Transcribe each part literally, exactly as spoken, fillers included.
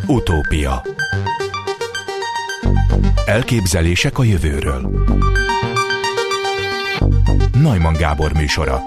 Utópia. Elképzelések a jövőről. Neumann Gábor műsora.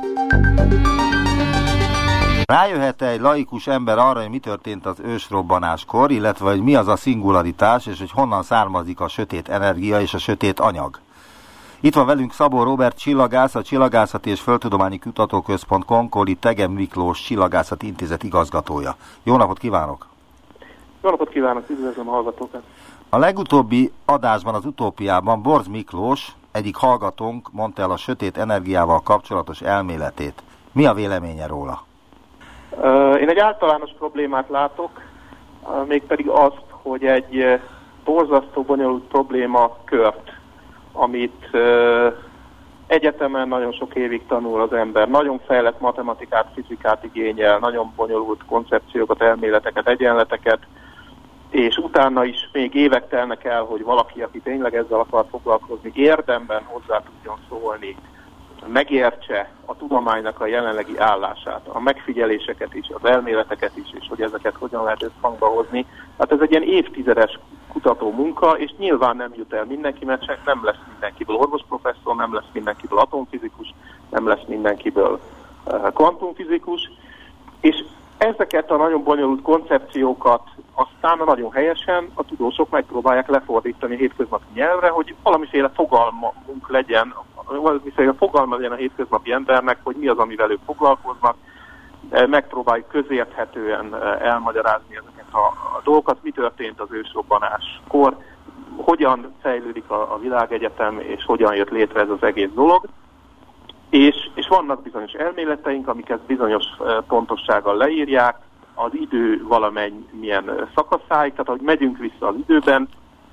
Rájöhet-e egy laikus ember arra, hogy mi történt az ősrobbanáskor, illetve hogy mi az a szingularitás, és hogy honnan származik a sötét energia és a sötét anyag? Itt van velünk Szabó Róbert csillagász, a Csillagászati és Földtudományi Kutatóközpont Konkoli Tegem Miklós Csillagászati Intézet igazgatója. Jó napot kívánok! Jó napot kívánok, üdvözlöm a hallgatókat! A legutóbbi adásban, az Utópiában Borz Miklós, egyik hallgatónk mondta el a sötét energiával kapcsolatos elméletét. Mi a véleménye róla? Én egy általános problémát látok, mégpedig azt, hogy egy borzasztó bonyolult probléma kört, amit egyetemen nagyon sok évig tanul az ember. Nagyon fejlett matematikát, fizikát igényel, nagyon bonyolult koncepciókat, elméleteket, egyenleteket, és utána is még évek telnek el, hogy valaki, aki tényleg ezzel akar foglalkozni, érdemben hozzá tudjon szólni, megértse a tudománynak a jelenlegi állását, a megfigyeléseket is, az elméleteket is, és hogy ezeket hogyan lehet összhangba hozni. Hát ez egy ilyen évtizedes kutató munka, és nyilván nem jut el mindenki, mert csak nem lesz mindenkiből orvosprofesszor, nem lesz mindenkiből atomfizikus, nem lesz mindenkiből uh, kvantumfizikus, és ezeket a nagyon bonyolult koncepciókat aztán nagyon helyesen a tudósok megpróbálják lefordítani a hétköznapi nyelvre, hogy valamiféle fogalmunk legyen, valamiféle fogalma legyen a hétköznapi embernek, hogy mi az, amivel ők foglalkoznak, megpróbáljuk közérthetően elmagyarázni ezeket a, a dolgokat, mi történt az ősrobbanáskor, hogyan fejlődik a, a világegyetem, és hogyan jött létre ez az egész dolog. És, és vannak bizonyos elméleteink, amik ezt bizonyos pontossággal leírják, az idő valamennyien szakaszáig, tehát ahogy megyünk vissza az időben,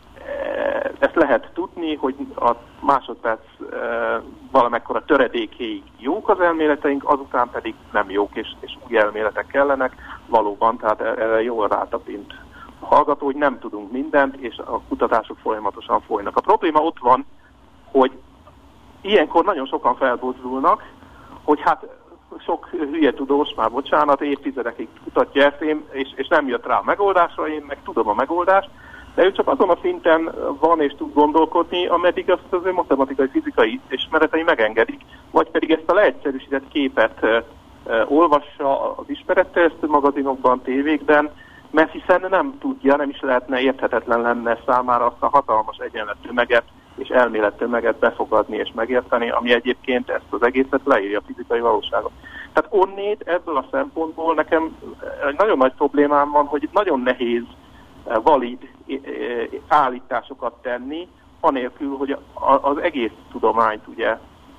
ezt lehet tudni, hogy a másodperc valamekkora töredékéig jók az elméleteink, azután pedig nem jók, és, és új elméletek kellenek, valóban, tehát erre jól rátapint a hallgató, hogy nem tudunk mindent, és a kutatások folyamatosan folynak. A probléma ott van, hogy ilyenkor nagyon sokan felbozdulnak, hogy hát sok hülye tudós, már bocsánat, évtizedekig kutatja ezt, én, és, és nem jött rá a megoldásra, én meg tudom a megoldást, de ő csak azon a szinten van és tud gondolkodni, ameddig azt az ő matematikai, fizikai ismeretei megengedik, vagy pedig ezt a leegyszerűsített képet e, e, olvassa az ismeretterjesztő magazinokban, tévékben, mert hiszen nem tudja, nem is lehetne, érthetetlen lenne számára azt a hatalmas egyenlettömeget és elmélettömeget befogadni és megérteni, ami egyébként ezt az egészet leírja a fizikai valóságot. Tehát onnét ebből a szempontból nekem egy nagyon nagy problémám van, hogy nagyon nehéz valid állításokat tenni, anélkül, hogy az egész tudományt, ugye,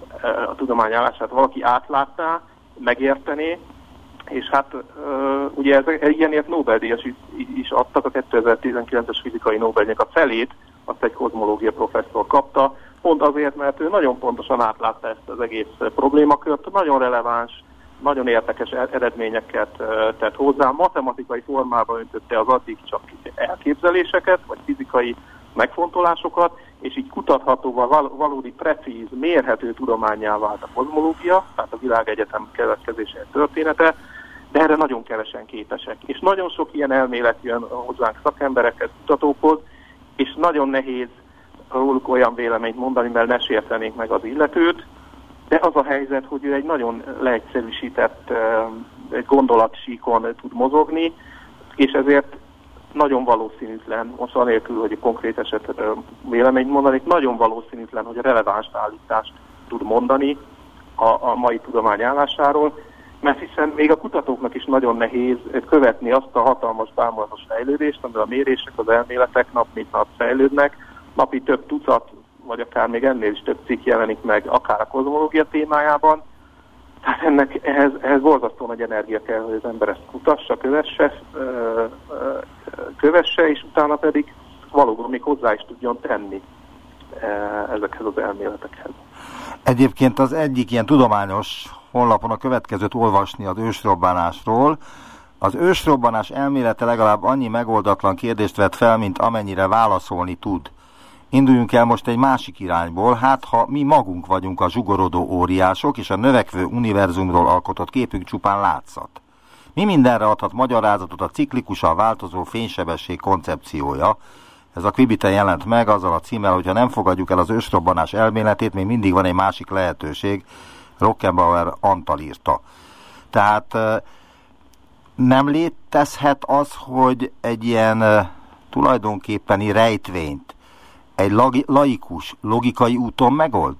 a tudomány állását valaki átlátná, megértené, és hát ugye ez, ilyenért Nobel-díjas is adtak, a kétezer-tizenkilences fizikai Nobel-díjnak a felét, azt egy kozmológia professzor kapta, pont azért, mert ő nagyon pontosan átlátta ezt az egész problémakört, nagyon releváns, nagyon érdekes eredményeket tett hozzá, matematikai formában öntötte az addig csak elképzeléseket, vagy fizikai megfontolásokat, és így kutathatóval valódi precíz, mérhető tudománnyá vált a kozmológia, tehát a világegyetem keletkezésének története, de erre nagyon kevesen képesek. És nagyon sok ilyen elmélet jön hozzánk szakemberekhez, kutatókhoz, és nagyon nehéz róluk olyan véleményt mondani, mert ne sértenénk meg az illetőt, de az a helyzet, hogy ő egy nagyon leegyszerűsített egy gondolatsíkon tud mozogni, és ezért nagyon valószínűtlen, most anélkül, hogy konkrét esetre véleményt mondanék, nagyon valószínűtlen, hogy releváns állítást tud mondani a, a mai tudomány állásáról, mert hiszen még a kutatóknak is nagyon nehéz követni azt a hatalmas, bámulatos fejlődést, amivel a mérések, az elméletek nap mint nap fejlődnek, napi több tucat, vagy akár még ennél is több cikk jelenik meg, akár a kozmológia témájában. Tehát ennek, ehhez, ehhez borzasztó nagy energia kell, hogy az ember ezt kutassa, kövesse, kövesse, és utána pedig valóban még hozzá is tudjon tenni ezekhez az elméletekhez. Egyébként az egyik ilyen tudományos honlapon a következőt olvasni az ősrobbanásról. Az ősrobbanás elmélete legalább annyi megoldatlan kérdést vet fel, mint amennyire válaszolni tud. Induljunk el most egy másik irányból, hát ha mi magunk vagyunk a zsugorodó óriások, és a növekvő univerzumról alkotott képünk csupán látszat. Mi mindenre adhat magyarázatot a ciklikusan változó fénysebesség koncepciója? Ez a Quibiten jelent meg azzal a címmel, hogyha nem fogadjuk el az ősrobbanás elméletét, még mindig van egy másik lehetőség, Rockenbauer Antal írta. Tehát nem létezhet az, hogy egy ilyen tulajdonképpeni rejtvényt egy laikus, logikai úton megold?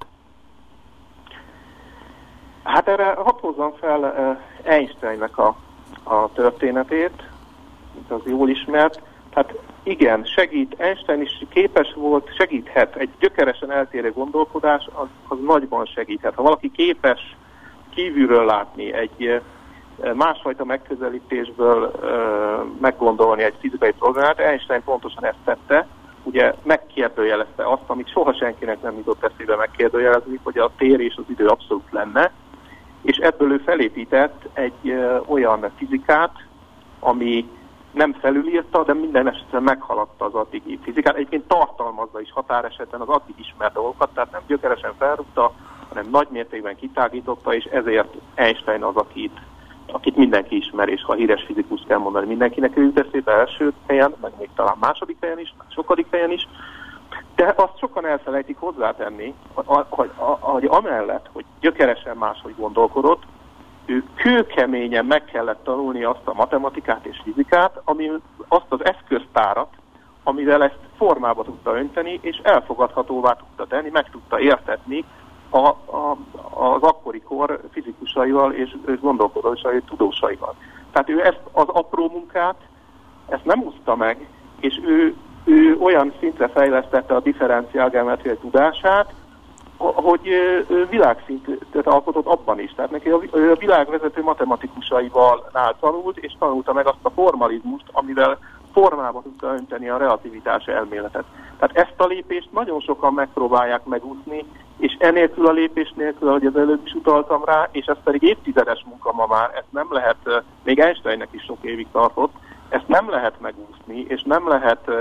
Hát erre hadd fel Einsteinnek a, a történetét, mint az jól ismert. Hát igen, segít, Einstein is képes volt, segíthet, egy gyökeresen eltérő gondolkodás, az, az nagyban segíthet. Ha valaki képes kívülről látni, egy másfajta megközelítésből meggondolni egy fizikai problémát, Einstein pontosan ezt tette, ugye megkérdőjelezte azt, amit soha senkinek nem jutott eszébe megkérdőjelezni, hogy a tér és az idő abszolút lenne, és ebből ő felépített egy ö, olyan fizikát, ami nem felülírta, de minden esetre meghaladta az addigi fizikát. Egyébként tartalmazza is határesetben az addig ismert dolgokat, tehát nem gyökeresen felrúgta, hanem nagy mértékben kitágította, és ezért Einstein az, akit, akit mindenki ismer, és ha híres fizikus kell mondani, mindenkinek ő jut eszébe első helyen, meg még talán második helyen is, sokadik helyen is. De azt sokan elfelejtik hozzátenni, hogy, hogy amellett, hogy gyökeresen máshogy gondolkodott, ő kőkeményen meg kellett tanulni azt a matematikát és fizikát, ami azt az eszköztárat, amivel ezt formába tudta önteni, és elfogadhatóvá tudta tenni, meg tudta értetni a, a, az akkori kor fizikusaival és gondolkodósai, tudósaival. Tehát ő ezt az apró munkát, ezt nem úszta meg, és ő ő olyan szintre fejlesztette a differenciálgeometriai tudását, hogy világszintet alkotott abban is. Tehát neki a világvezető matematikusaival tanult, és tanulta meg azt a formalizmust, amivel formába tudta önteni a relativitás elméletet. Tehát ezt a lépést nagyon sokan megpróbálják megúszni, és enélkül a lépés nélkül, ahogy az előbb is utaltam rá, és ez pedig évtizedes munka ma már, ezt nem lehet, még Einsteinnek is sok évig tartott, ezt nem lehet megúszni, és nem lehet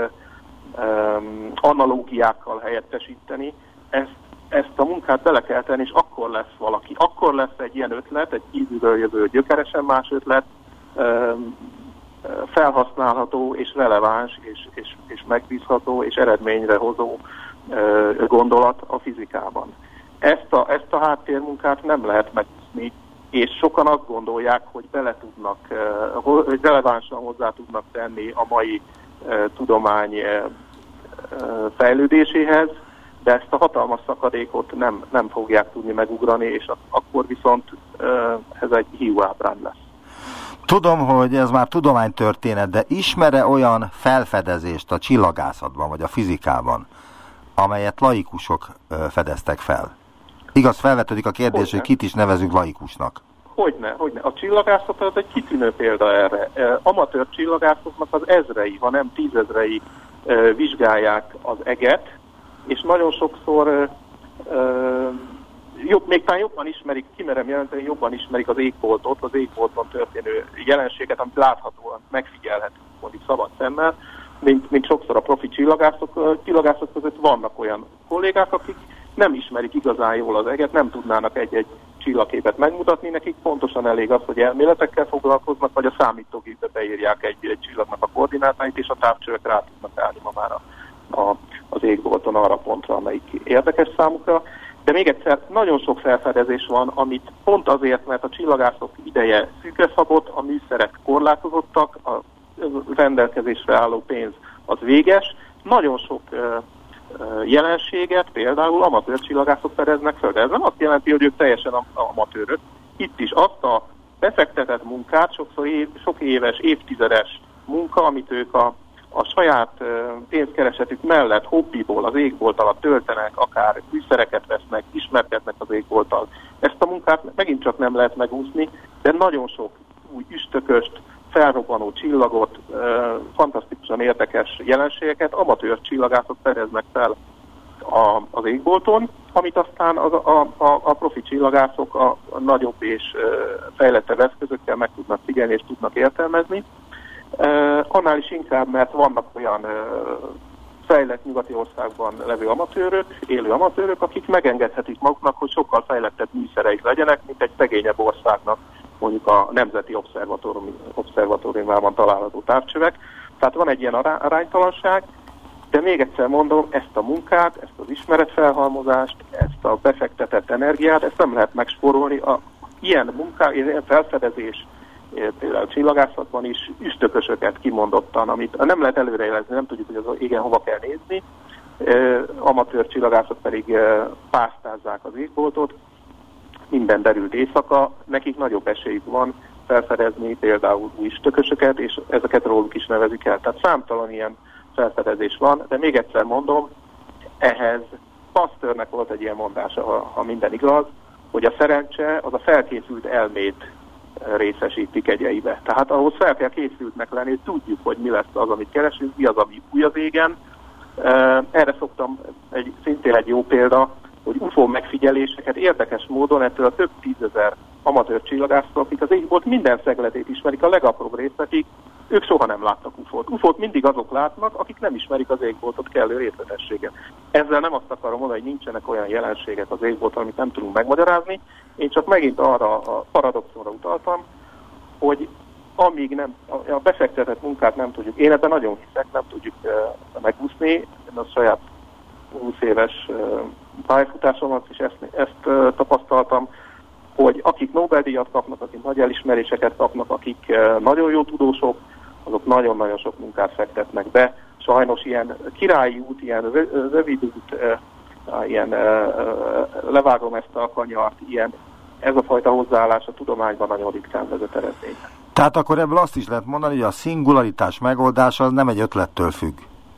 Um, analógiákkal helyettesíteni, ezt, ezt a munkát bele kell tenni, és akkor lesz valaki, akkor lesz egy ilyen ötlet, egy kívülről jövő gyökeresen más ötlet, um, felhasználható és releváns, és, és, és megbízható, és eredményre hozó uh, gondolat a fizikában. Ezt a, ezt a háttérmunkát nem lehet megúszni, és sokan azt gondolják, hogy bele tudnak, uh, hogy relevánsan hozzá tudnak tenni a mai tudomány fejlődéséhez, de ezt a hatalmas szakadékot nem, nem fogják tudni megugrani, és akkor viszont ez egy hiúábrán lesz. Tudom, hogy ez már tudománytörténet, de ismer-e olyan felfedezést a csillagászatban, vagy a fizikában, amelyet laikusok fedeztek fel? Igaz, felvetődik a kérdés, hogyne, hogy kit is nevezünk laikusnak. Hogyne, hogyne. A csillagászat az egy kitűnő példa erre. Amatőr csillagászoknak az ezrei, ha nem tízezrei vizsgálják az eget, és nagyon sokszor jobb, még talán jobban ismerik, kimerem jelenteni, jobban ismerik az égboltot, az égbolton történő jelenséget, amit láthatóan megfigyelhetünk, mondjuk szabad szemmel, mint, mint sokszor a profi csillagászok. Csillagászok között vannak olyan kollégák, akik nem ismerik igazán jól az eget, nem tudnának egy-egy csillagképet megmutatni, nekik pontosan elég az, hogy elméletekkel foglalkoznak, vagy a számítógépbe beírják egy, egy csillagnak a koordinátáit, és a távcsövek rá tudnak állni ma már a, a, az égbolton arra pontra, amelyik érdekes számukra. De még egyszer, nagyon sok felfedezés van, amit pont azért, mert a csillagászok ideje szűkre szabott, a műszerek korlátozottak, a rendelkezésre álló pénz az véges, nagyon sok uh, jelenséget például amatőr csillagászok fedeznek fel, de ez nem azt jelenti, hogy ők teljesen amatőrök. Itt is azt a befektetett munkát, sokszor év, sok éves, évtizedes munka, amit ők a, a saját pénzkeresetük mellett hobbiból az égbolt alatt töltenek, akár műszereket vesznek, ismerkednek az égbolttal. Ezt a munkát megint csak nem lehet megúszni, de nagyon sok új üstököst, felrobbanó csillagot, fantasztikusan érdekes jelenségeket amatőr csillagászok fedeznek fel a, az égbolton, amit aztán a, a, a, a profi csillagászok a, a nagyobb és fejlettebb eszközökkel meg tudnak figyelni és tudnak értelmezni. Annál is inkább, mert vannak olyan fejlett nyugati országban levő amatőrök, élő amatőrök, akik megengedhetik maguknak, hogy sokkal fejlettebb műszereik legyenek, mint egy szegényebb országnak mondjuk a Nemzeti Obszervatóriumában található távcsövek. Tehát van egy ilyen aránytalanság, de még egyszer mondom, ezt a munkát, ezt az ismeretfelhalmozást, ezt a befektetett energiát, ezt nem lehet megspórolni. A ilyen munká, ilyen felfedezés, például csillagászatban is üstökösöket kimondottan, amit nem lehet előrejelezni, nem tudjuk, hogy az égen hova kell nézni, amatőr csillagászok pedig pásztázzák az égboltot, minden derült éjszaka, nekik nagyobb esélyük van felfedezni például új üstökösöket, és ezeket róluk is nevezik el. Tehát számtalan ilyen felfedezés van, de még egyszer mondom, ehhez Pasteurnek volt egy ilyen mondása, ha, ha minden igaz, hogy a szerencse az a felkészült elmét részesíti kegyeibe. Tehát ahhoz fel kell készültnek lenni, hogy tudjuk, hogy mi lesz az, amit keresünk, mi az, ami új az égen. Erre szoktam egy, szintén egy jó példa, hogy u f o megfigyeléseket érdekes módon ettől a több tízezer amatőr csillagásztól, akik az égbolt minden szegletét ismerik, a legapróbb részletig, ők soha nem láttak u f o-t. u f o-t mindig azok látnak, akik nem ismerik az égboltot kellő részletességet. Ezzel nem azt akarom mondani, hogy nincsenek olyan jelenségek az égbolton, amit nem tudunk megmagyarázni. Én csak megint arra a paradoxonra utaltam, hogy amíg nem, a befektetett munkát nem tudjuk, én ebben nagyon hiszek, nem tudjuk uh, megúszni, én a saját húsz éves uh, pályafutásomat is ezt, ezt uh, tapasztaltam, hogy akik Nobel-díjat kapnak, akik nagy elismeréseket kapnak, akik uh, nagyon jó tudósok, azok nagyon-nagyon sok munkát fektetnek be. Sajnos ilyen királyi út, ilyen rövid út, uh, ilyen uh, levágom ezt a kanyart, ilyen, ez a fajta hozzáállás a tudományban nagyon ritkán vezet eredményre. Tehát akkor ebből azt is lehet mondani, hogy a szingularitás megoldása az nem egy ötlettől függ.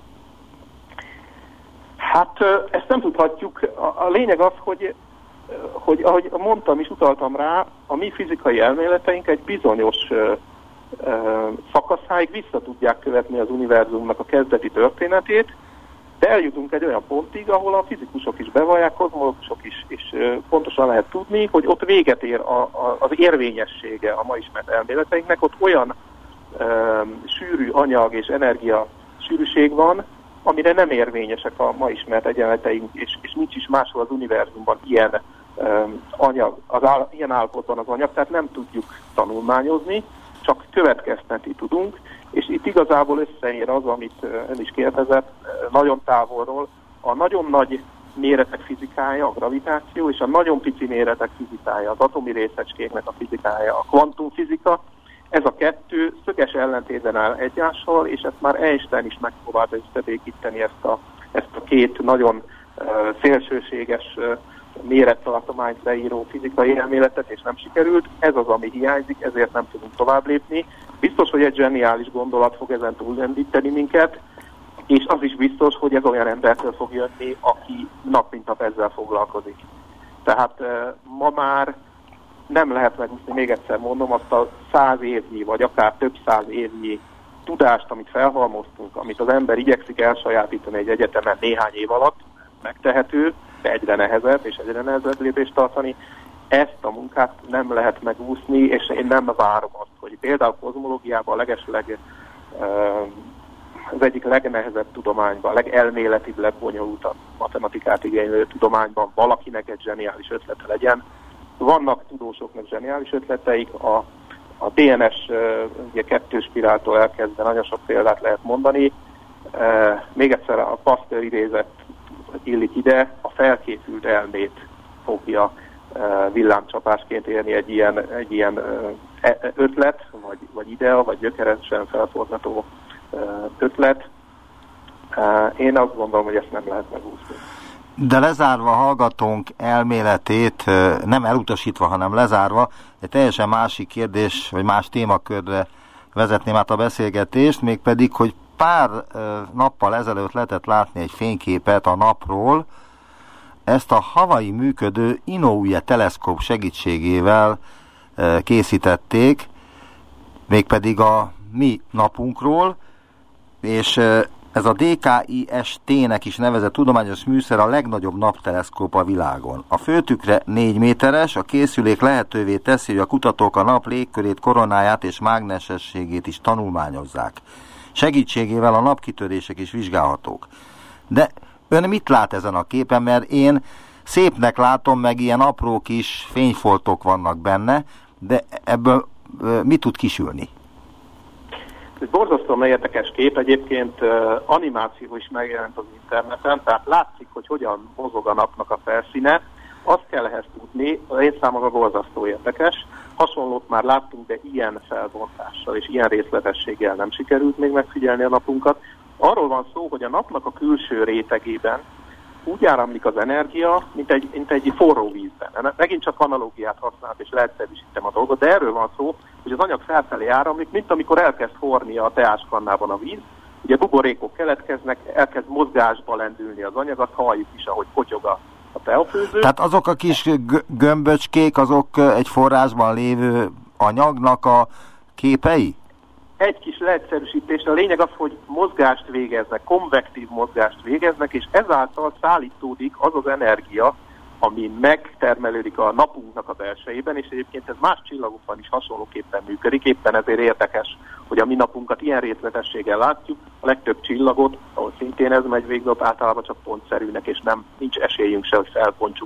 Hát ezt nem tudhatjuk. A, a lényeg az, hogy, hogy ahogy mondtam és utaltam rá, a mi fizikai elméleteink egy bizonyos ö, ö, szakaszáig vissza tudják követni az univerzumnak a kezdeti történetét, de eljutunk egy olyan pontig, ahol a fizikusok is bevallják, kozmológusok is, és pontosan lehet tudni, hogy ott véget ér a, a, az érvényessége a ma ismert elméleteinknek, ott olyan e, sűrű anyag és energia sűrűség van, amire nem érvényesek a ma ismert egyenleteink, és, és nincs is máshol az univerzumban ilyen e, anyag, az áll, ilyen állapotban az anyag, tehát nem tudjuk tanulmányozni, csak következtetni tudunk, és itt igazából összeér az, amit ön is kérdezett, nagyon távolról, a nagyon nagy méretek fizikája, a gravitáció, és a nagyon pici méretek fizikája, az atomi részecskéknek a fizikája, a kvantumfizika, ez a kettő szöges ellentétben áll egymással, és ezt már Einstein is megpróbálta összebékíteni ezt a, ezt a két nagyon uh, szélsőséges uh, mérettartományt leíró fizikai elméletet, és nem sikerült. Ez az, ami hiányzik, ezért nem tudunk tovább lépni. Biztos, hogy egy zseniális gondolat fog ezen túllendíteni minket, és az is biztos, hogy ez olyan embertől fog jönni, aki nap mint nap ezzel foglalkozik. Tehát e, ma már nem lehet megúszni, még egyszer mondom, azt a száz évnyi, vagy akár több száz évnyi tudást, amit felhalmoztunk, amit az ember igyekszik elsajátítani egy egyetemen néhány év alatt, megtehető, de egyre nehezebb, és egyre nehezebb lépést tartani. Ezt a munkát nem lehet megúszni, és én nem várom azt, hogy például kozmológiában a legesleg az egyik legnehezebb tudományban, a legelméletibb, legbonyolultabb matematikát igénylő tudományban valakinek egy zseniális ötlete legyen. Vannak tudósoknak zseniális ötleteik, a, a dé en es ugye kettő spiráltól elkezdve nagyon sok példát lehet mondani. Még egyszer a Pasteur idézet illik ide, a felkészült elmét fogja villámcsapásként érni egy ilyen, egy ilyen ötlet, vagy, vagy idea, vagy gyökeresen felforgató ötlet. Én azt gondolom, hogy ezt nem lehet megúszni. De lezárva a hallgatónk elméletét, nem elutasítva, hanem lezárva, egy teljesen másik kérdés, vagy más témakörre vezetném át a beszélgetést, mégpedig, hogy pár nappal ezelőtt lehetett látni egy fényképet a napról, ezt a Hawaii működő Inoue teleszkóp segítségével készítették, mégpedig a mi napunkról, és ez a dé ká i es té-nek is nevezett tudományos műszer a legnagyobb napteleszkóp a világon. A főtükre négy méteres, a készülék lehetővé teszi, hogy a kutatók a nap légkörét, koronáját és mágnesességét is tanulmányozzák. Segítségével a napkitörések is vizsgálhatók. De ön mit lát ezen a képen, mert én szépnek látom, meg ilyen apró kis fényfoltok vannak benne, de ebből mi tud kisülni? Ez borzasztóan érdekes kép, egyébként animáció is megjelent az interneten, tehát látszik, hogy hogyan mozog a napnak a felszíne. Azt kell ehhez tudni, én számomra borzasztó érdekes. Hasonlót már láttunk, de ilyen felbontással és ilyen részletességgel nem sikerült még megfigyelni a napunkat. Arról van szó, hogy a napnak a külső rétegében úgy áramlik az energia, mint egy, mint egy forró vízben. Megint csak analógiát használok, és leegyszerűsítem a dolgot, de erről van szó, hogy az anyag felfelé áramlik, mint amikor elkezd forni a teáskannában a víz. Ugye buborékok keletkeznek, elkezd mozgásba lendülni az anyag, azt halljuk is, ahogy potyog a, a teafőző. Tehát azok a kis gömböcskék, azok egy forrásban lévő anyagnak a képei? Egy kis leegyszerűsítés, a lényeg az, hogy mozgást végeznek, konvektív mozgást végeznek, és ezáltal szállítódik az az energia, ami megtermelődik a napunknak a belsejében, és egyébként ez más csillagokban is hasonlóképpen működik, éppen ezért érdekes, hogy a mi napunkat ilyen részletességgel látjuk, a legtöbb csillagot, ahol szintén ez megy végbe, ott általában csak pontszerűnek, és nem nincs esélyünk se, hogy felpontsuk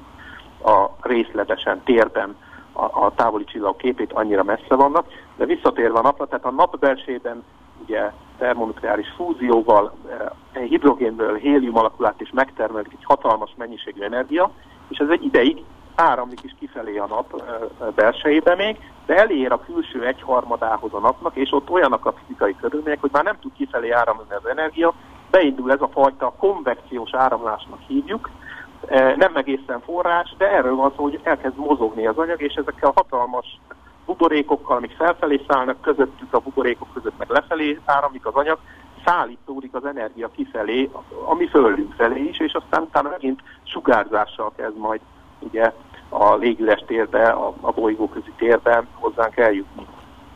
a részletesen térben a, a távoli csillagok képét, annyira messze vannak, de visszatérve a napra, tehát a nap belsejében ugye termonukleáris fúzióval, eh, hidrogénből hélium alakulát is megtermelik egy hatalmas mennyiségű energia, és ez egy ideig áramlik is kifelé a nap eh, belsejébe még, de elér a külső egyharmadához a napnak, és ott olyanak a fizikai körülmények, hogy már nem tud kifelé áramlani az energia, beindul ez a fajta konvekciós áramlásnak hívjuk, nem egészen forrás, de erről van szó, hogy elkezd mozogni az anyag, és ezekkel a hatalmas buborékokkal, amik felfelé szállnak, közöttük a buborékok között meg lefelé áramlik az anyag, szállítódik az energia kifelé, ami fölünk felé is, és aztán utána megint sugárzással kezd majd ugye a légüres térbe, a, a bolygóközi térben hozzánk eljutni.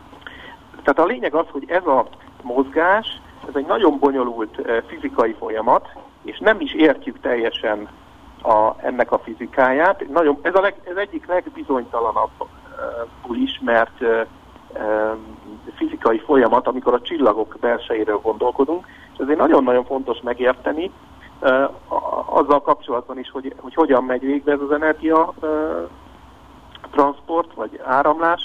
Tehát a lényeg az, hogy ez a mozgás, ez egy nagyon bonyolult fizikai folyamat, és nem is értjük teljesen A, ennek a fizikáját. Nagyon, ez, a leg, ez egyik legbizonytalanabb uh, ismert uh, uh, fizikai folyamat, amikor a csillagok belsejéről gondolkodunk, és ezért nagyon-nagyon fontos megérteni uh, azzal kapcsolatban is, hogy, hogy hogyan megy végbe ez az energia uh, transport, vagy áramlás,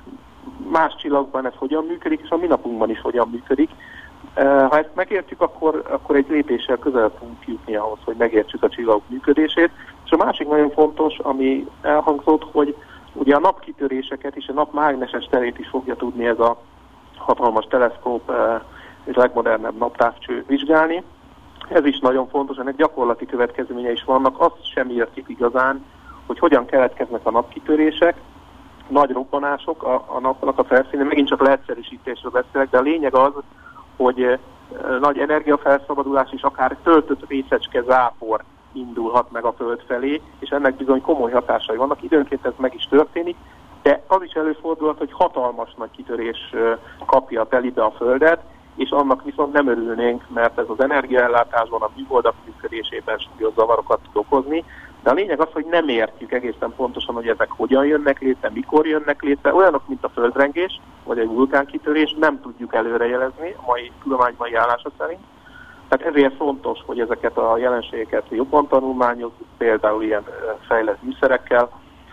más csillagokban ez hogyan működik, és a mi napunkban is hogyan működik. Ha ezt megértjük, akkor, akkor egy lépéssel közel tudunk jutni ahhoz, hogy megértsük a csillagok működését. És a másik nagyon fontos, ami elhangzott, hogy ugye a napkitöréseket és a nap mágneses terét is fogja tudni ez a hatalmas teleszkóp és legmodernebb naptávcső vizsgálni. Ez is nagyon fontos, ennek gyakorlati következményei is vannak. Azt sem értjük igazán, hogy hogyan keletkeznek a napkitörések, nagy robbanások a, a napnak a felszínén. Megint csak leegyszerűsítésről beszélek, de a lényeg az, hogy e, nagy energiafelszabadulás és akár töltött részecske zápor indulhat meg a Föld felé, és ennek bizony komoly hatásai vannak. Időnként ez meg is történik, de az is előfordulhat, hogy hatalmas nagy kitörés e, kapja a telibe a Földet, és annak viszont nem örülnénk, mert ez az energiaellátásban, a műholdak működésében súlyos zavarokat tud okozni. De a lényeg az, hogy nem értjük egészen pontosan, hogy ezek hogyan jönnek létre, mikor jönnek létre. Olyanok, mint a földrengés, vagy egy vulkánkitörés, nem tudjuk előrejelezni a mai tudomány mai állása szerint. Tehát ezért fontos, hogy ezeket a jelenségeket jobban tanulmányozzuk, például ilyen fejlett műszerekkel,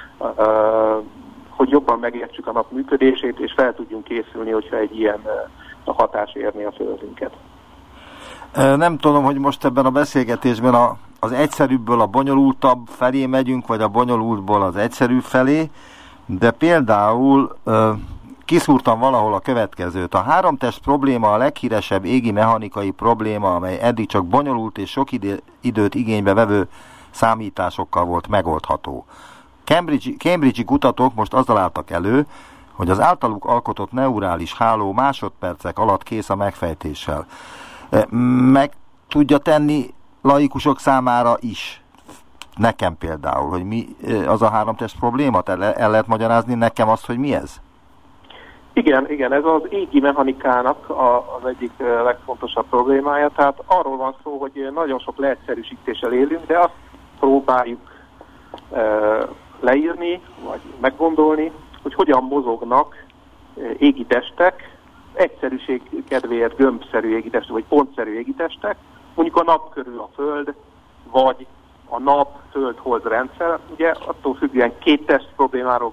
hogy jobban megértsük a nap működését, és fel tudjunk készülni, hogyha egy ilyen hatás érni a Földünket. Nem tudom, hogy most ebben a beszélgetésben a az egyszerűbből a bonyolultabb felé megyünk, vagy a bonyolultból az egyszerűbb felé, de például ö, kiszúrtam valahol a következőt. A háromtest probléma a leghíresebb égi mechanikai probléma, amely eddig csak bonyolult és sok idő, időt igénybe vevő számításokkal volt megoldható. Cambridge-i, Cambridge-i kutatók most azzal álltak elő, hogy az általuk alkotott neurális háló másodpercek alatt kész a megfejtéssel. Meg tudja tenni laikusok számára is, nekem például, hogy mi az a háromtest probléma? El, el lehet magyarázni nekem azt, hogy mi ez? Igen, igen, ez az égi mechanikának a, az egyik legfontosabb problémája, tehát arról van szó, hogy nagyon sok leegyszerűsítéssel élünk, de azt próbáljuk e, leírni, vagy meggondolni, hogy hogyan mozognak égi testek, egyszerűség kedvéért gömbszerű égitestek, vagy pontszerű égitestek, mondjuk a nap körül a Föld, vagy a nap-föld-hold rendszer, ugye attól függően két test problémáról, vagy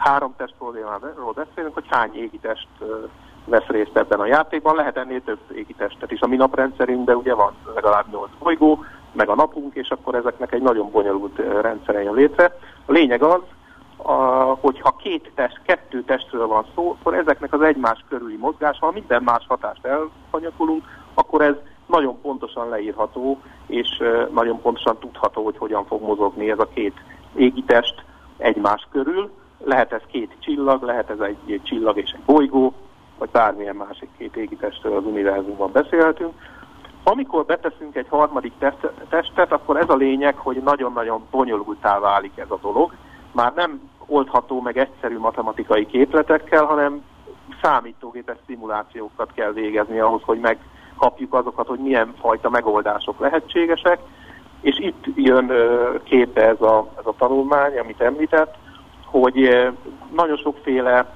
három test problémáról beszélünk, hogy hány égitest vesz részt ebben a játékban, lehet ennél több égitestet is. A mi naprendszerünkben ugye van legalább nyolc bolygó, meg a napunk, és akkor ezeknek egy nagyon bonyolult rendszere jön létre. A lényeg az, a, hogyha két test, kettő testről van szó, akkor ezeknek az egymás körüli mozgása, ha minden más hatást elhanyakolunk, akkor ez nagyon pontosan leírható, és nagyon pontosan tudható, hogy hogyan fog mozogni ez a két égitest egymás körül. Lehet ez két csillag, lehet ez egy csillag és egy bolygó, vagy bármilyen másik két égitestről az univerzumban beszélhetünk. Amikor beteszünk egy harmadik testet, akkor ez a lényeg, hogy nagyon-nagyon bonyolultá válik ez a dolog. Már nem oldható meg egyszerű matematikai képletekkel, hanem számítógépes szimulációkat kell végezni ahhoz, hogy megkapjuk azokat, hogy milyen fajta megoldások lehetségesek. És itt jön képbe ez a, ez a tanulmány, amit említett, hogy nagyon sokféle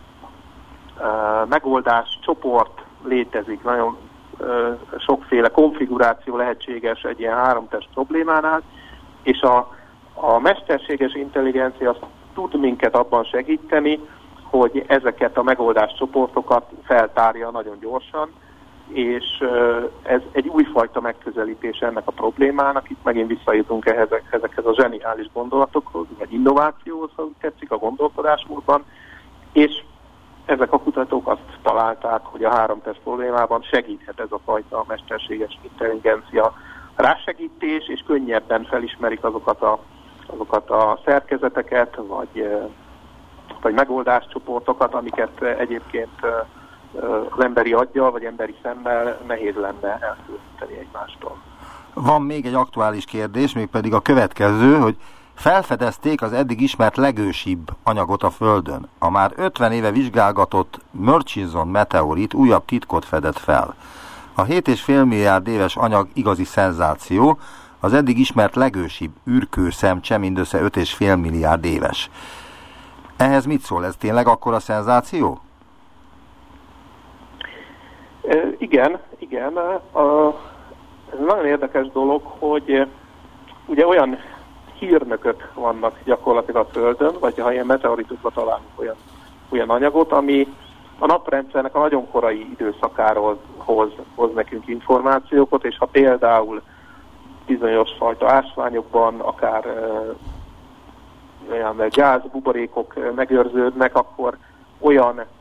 megoldás csoport létezik, nagyon sokféle konfiguráció lehetséges egy ilyen háromtest problémánál, és a, a mesterséges intelligencia azt tud minket abban segíteni, hogy ezeket a megoldás csoportokat feltárja nagyon gyorsan, és ez egy újfajta megközelítés ennek a problémának. Itt megint visszajutunk ehhez, ezekhez a zseniális gondolatokhoz, vagy innovációhoz, ha úgy tetszik, a gondolkodásmódban, és ezek a kutatók azt találták, hogy a háromtest problémában segíthet ez a fajta mesterséges intelligencia rásegítés, és könnyebben felismerik azokat a, azokat a szerkezeteket, vagy, vagy megoldáscsoportokat, amiket egyébként az emberi aggyal, vagy emberi szemmel nehéz lenne elkülöníteni egymástól. Van még egy aktuális kérdés, mégpedig a következő, hogy felfedezték az eddig ismert legősibb anyagot a Földön. A már ötven éve vizsgálgatott Murchison meteorit újabb titkot fedett fel. A hét egész öt milliárd éves anyag igazi szenzáció, az eddig ismert legősibb űrkőszemcse mindössze öt egész öt milliárd éves. Ehhez mit szól? Ez tényleg akkora szenzáció? E, igen, igen. A, ez nagyon érdekes dolog, hogy ugye olyan hírnökök vannak gyakorlatilag a Földön, vagy ha ilyen meteoritokba találunk olyan, olyan anyagot, ami a naprendszernek a nagyon korai időszakáról hoz, hoz nekünk információkat, és ha például bizonyos fajta ásványokban akár ö, olyan gázbuborékok megőrződnek, akkor olyan ö,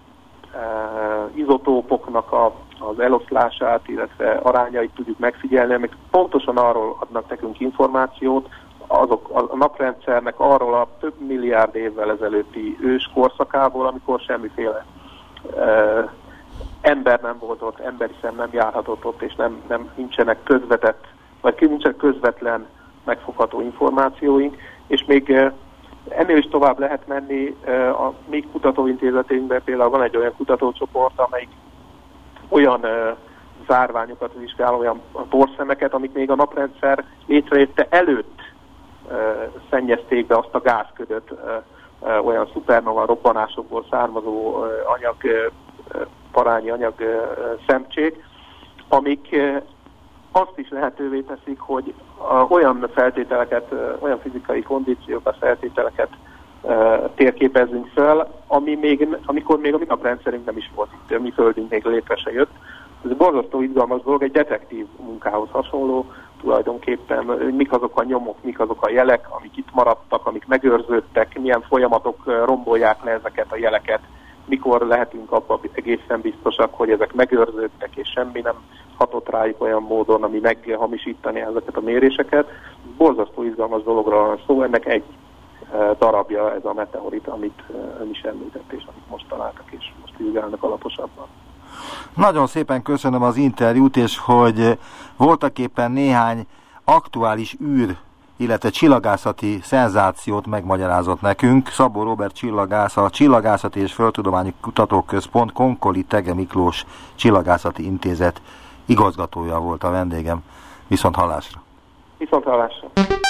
izotópoknak a, az eloszlását, illetve arányait tudjuk megfigyelni, amik pontosan arról adnak nekünk információt, azok a naprendszernek arról a több milliárd évvel ezelőtti ős korszakából, amikor semmiféle uh, ember nem volt ott, emberi szem nem járhatott ott, és nem, nem nincsenek közvetett, vagy nincsenek közvetlen megfogható információink, és még uh, ennél is tovább lehet menni. Uh, a mi kutatóintézetünkben például van egy olyan kutatócsoport, amelyik olyan uh, zárványokat vizsgál, olyan porszemeket, amik még a naprendszer létrejötte előtt szennyezték be azt a gázködöt, olyan szupernova robbanásokból származó anyag, parányi anyag szemcsék, amik azt is lehetővé teszik, hogy olyan feltételeket, olyan fizikai kondíciókat, feltételeket térképezzünk fel, ami még, amikor még a mi naprendszerünk nem is volt itt, a mi földünk még létre se jött. Ez borzasztó izgalmas dolog, egy detektív munkához hasonló, tulajdonképpen mik azok a nyomok, mik azok a jelek, amik itt maradtak, amik megőrződtek, milyen folyamatok rombolják le ezeket a jeleket, mikor lehetünk abban egészen biztosak, hogy ezek megőrződtek, és semmi nem hatott rájuk olyan módon, ami meghamisítani ezeket a méréseket. Borzasztó izgalmas dologra van szó, ennek egy darabja ez a meteorit, amit ön is említett, és amit most találtak, és most vizsgálnak alaposabban. Nagyon szépen köszönöm az interjút, és hogy voltaképpen néhány aktuális űr, illetve csillagászati szenzációt megmagyarázott nekünk. Szabó Róbert csillagász, a Csillagászati és Földtudományi Kutatóközpont Konkoli Thege Miklós Csillagászati Intézet igazgatója volt a vendégem. Viszont hallásra! Viszont hallásra!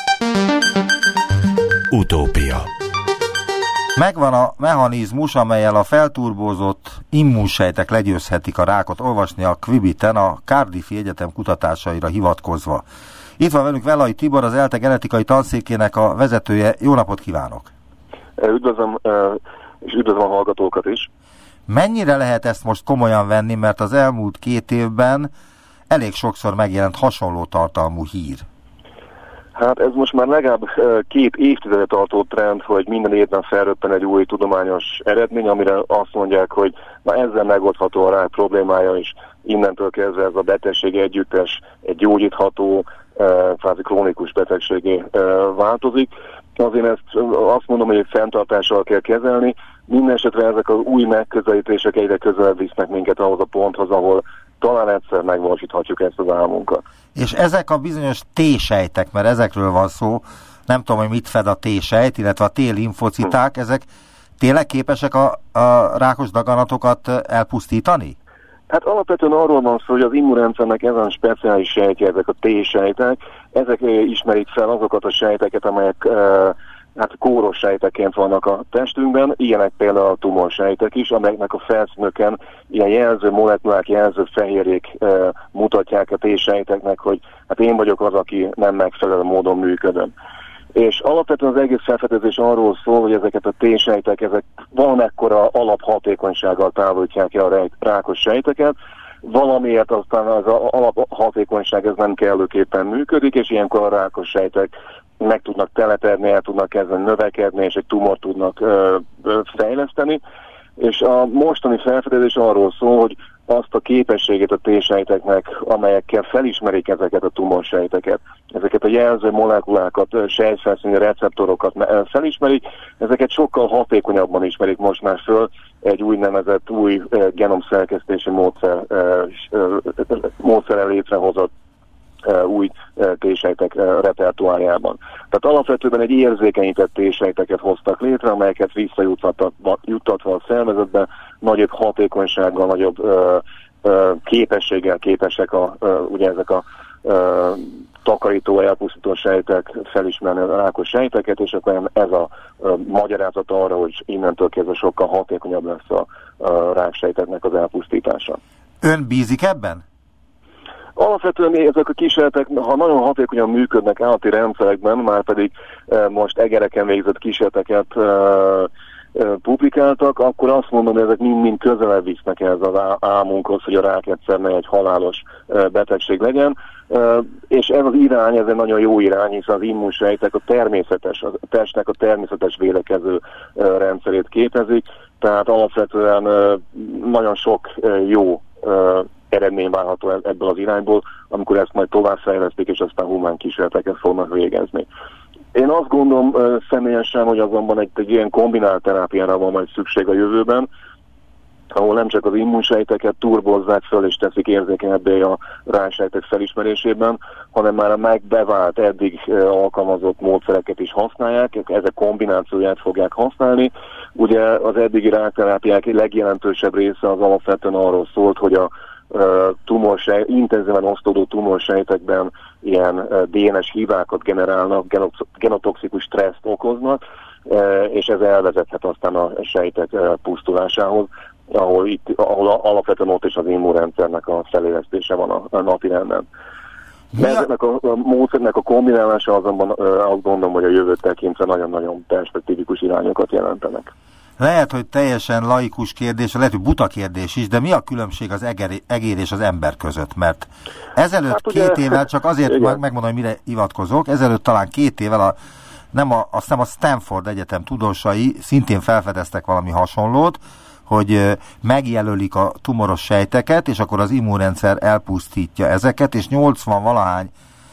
Utópia. Megvan a mechanizmus, amellyel a felturbózott immunsejtek legyőzhetik a rákot, olvasni a Quibiten a Cardiffi Egyetem kutatásaira hivatkozva. Itt van velünk Vellai Tibor, az ELTE genetikai tanszékének a vezetője. Jó napot kívánok! Üdvözlöm és üdvözlöm a hallgatókat is. Mennyire lehet ezt most komolyan venni, mert az elmúlt két évben elég sokszor megjelent hasonló tartalmú hír? Hát ez most már legalább két évtizede tartó trend, hogy minden évben felröppen egy új tudományos eredmény, amire azt mondják, hogy na ezzel megoldható a rák problémája, és innentől kezdve ez a betegség együttes egy gyógyítható, kvázi krónikus betegségé változik. Azért ezt azt mondom, hogy egy fenntartással kell kezelni. Mindenesetre ezek az új megközelítések egyre közelebb visznek minket ahhoz a ponthoz, ahol talán egyszer megvalósíthatjuk ezt az álmunkat. És ezek a bizonyos T-sejtek, mert ezekről van szó, nem tudom, hogy mit fed a T-sejt, illetve a T-limfociták, hm. ezek tényleg képesek a, a rákos daganatokat elpusztítani? Hát alapvetően arról van szó, hogy az immunrendszernek ezen speciális sejtje, ezek a T-sejtek, ezek ismerik fel azokat a sejteket, amelyek e, hát kóros sejteként vannak a testünkben, ilyenek például a tumorsejtek is, amelyeknek a felszínöken ilyen jelző molekulák, jelző fehérjék e, mutatják a T-sejteknek, hogy hát én vagyok az, aki nem megfelelő módon működöm. És alapvetően az egész felfedezés arról szól, hogy ezeket a T-sejtek, ezek valamekkora alaphatékonysággal távolítják el a rákos sejteket, valamiért aztán az alaphatékonyság ez nem kellőképpen működik, és ilyenkor a rákos sejtek meg tudnak telepedni, el tudnak kezdeni növekedni, és egy tumort tudnak ö, ö, fejleszteni. És a mostani felfedezés arról szól, hogy azt a képességét a T-sejteknek, amelyekkel felismerik ezeket a tumorsejteket, ezeket a jelző molekulákat, sejtfelszíni receptorokat felismerik, ezeket sokkal hatékonyabban ismerik most már föl egy úgynevezett új genomszerkesztési módszer, módszerrel létrehozott új T-sejtek repertoárjában. Tehát alapvetően egy érzékenyített T-sejteket hoztak létre, amelyeket visszajuttatva a szervezetbe, nagyobb hatékonysággal, nagyobb ö, ö, képességgel képesek a, ö, ugye ezek a ö, takarító, elpusztító sejtek felismerni a rákos sejteket, és akkor ez a ö, magyarázat arra, hogy innentől kezdve sokkal hatékonyabb lesz a, a ráksejteknek az elpusztítása. Ön bízik ebben? Alapvetően ezek a kísérletek, ha nagyon hatékonyan működnek állati rendszerekben, már pedig e, most egereken végzett kísérleteket e, e, publikáltak, akkor azt mondom, hogy ezek mind-mind közelebb visznek ez az álmunkhoz, hogy a rák egyszer ne egy halálos e, betegség legyen. E, és ez az irány, ez egy nagyon jó irány, hiszen az immunsejtek a természetes, a testnek a természetes védekező e, rendszerét képezik, tehát alapvetően e, nagyon sok e, jó e, eredmény várható ebből az irányból, amikor ezt majd továbbfejlesztik, és aztán humán kísérleteket fognak végezni. Én azt gondolom személyesen, hogy azonban egy, egy ilyen kombinált terápiára van majd szükség a jövőben, ahol nem csak az immunsejteket turbozzák föl és teszik érzékenyebbé a ráksejtek felismerésében, hanem már a megbevált, eddig alkalmazott módszereket is használják, ezek kombinációját fogják használni. Ugye az eddigi rákterápiák legjelentősebb része az alapvetően arról szólt, hogy a tumorsejt, intenzíven osztódó tumorsejtekben ilyen dé en es hívákat generálnak, genotoxikus stresszt okoznak, és ez elvezethet aztán a sejtek pusztulásához, ahol, itt, ahol alapvetően ott is az immunrendszernek a felélesztése van a, a napirenden. De ezeknek a, a módszernek a kombinálása azonban azt gondolom, hogy a jövőt tekintve nagyon-nagyon perspektívikus irányokat jelentenek. Lehet, hogy teljesen laikus kérdés, lehet, hogy buta kérdés is, de mi a különbség az eger, egér és az ember között? Mert ezelőtt hát ugye, két évvel, csak azért igen. megmondom, hogy mire hivatkozok, ezelőtt talán két évvel, a, nem a, azt hiszem a Stanford Egyetem tudósai szintén felfedeztek valami hasonlót, hogy megjelölik a tumoros sejteket, és akkor az immunrendszer elpusztítja ezeket, és nyolcvan valahány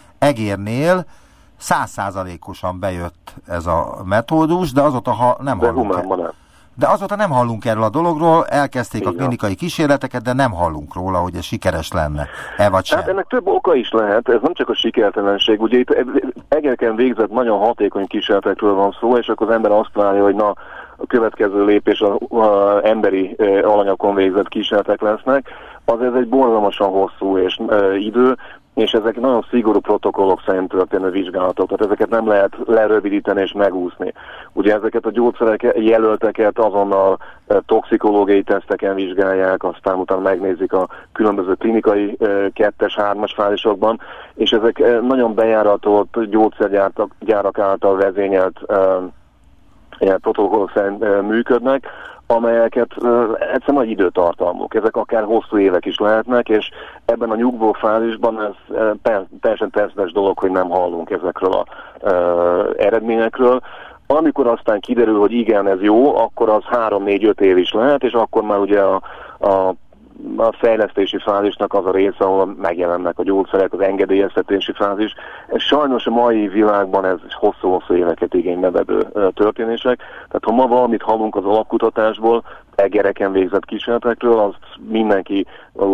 egérnél száz százalékosan bejött ez a metódus, de azóta ha nem de hallunk el. De azóta nem hallunk erről a dologról, elkezdték igen. a klinikai kísérleteket, de nem hallunk róla, hogy ez sikeres lenne. E vagy sem. Hát ennek több oka is lehet, ez nem csak a sikertelenség. Ugye itt egereken végzett nagyon hatékony kísérletekről van szó, és akkor az ember azt várja, hogy na, a következő lépés az emberi e, alanyokon végzett kísérletek lesznek. Az ez egy borzalmasan hosszú és e, idő, és ezek nagyon szigorú protokollok szerint történő vizsgálatok, tehát ezeket nem lehet lerövidíteni és megúszni. Ugye ezeket a gyógyszerek jelölteket azonnal toxikológiai teszteken vizsgálják, aztán utána megnézik a különböző klinikai kettes, hármas fázisokban, és ezek nagyon bejáratolt gyógyszergyárak által vezényelt ilyen protokoll szerint működnek, amelyeket egyszerűen nagy időtartalmuk. Ezek akár hosszú évek is lehetnek, és ebben a nyugvó fázisban ez teljesen természetes dolog, hogy nem hallunk ezekről az eredményekről. Amikor aztán kiderül, hogy igen, ez jó, akkor az három négy öt év is lehet, és akkor már ugye a, a a fejlesztési fázisnak az a része, ahol megjelennek a gyógyszerek, az engedélyeztetési fázis. Ez sajnos a mai világban ez hosszú-hosszú éveket igénybe vevő történések. Tehát ha ma valamit hallunk az alapkutatásból, egereken végzett kísérletekről, azt mindenki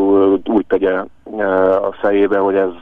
úgy tegye a fejébe, hogy ez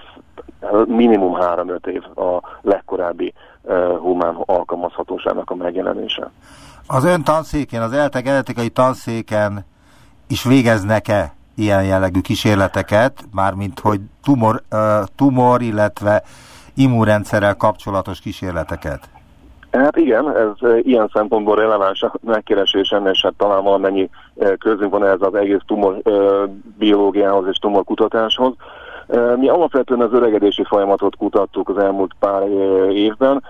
minimum három-öt év a legkorábbi humán alkalmazhatóságnak a megjelenése. Az ön tanszékén, az ELTE genetikai tanszéken is végeznek-e ilyen jellegű kísérleteket, mármint hogy tumor, uh, tumor, illetve immunrendszerrel kapcsolatos kísérleteket? Hát igen, ez ilyen szempontból releváns a megkeresésen, és hát talán valamennyi közünk van ez az egész tumor biológiához és tumorkutatáshoz. Mi alapvetően az öregedési folyamatot kutattuk az elmúlt pár évben,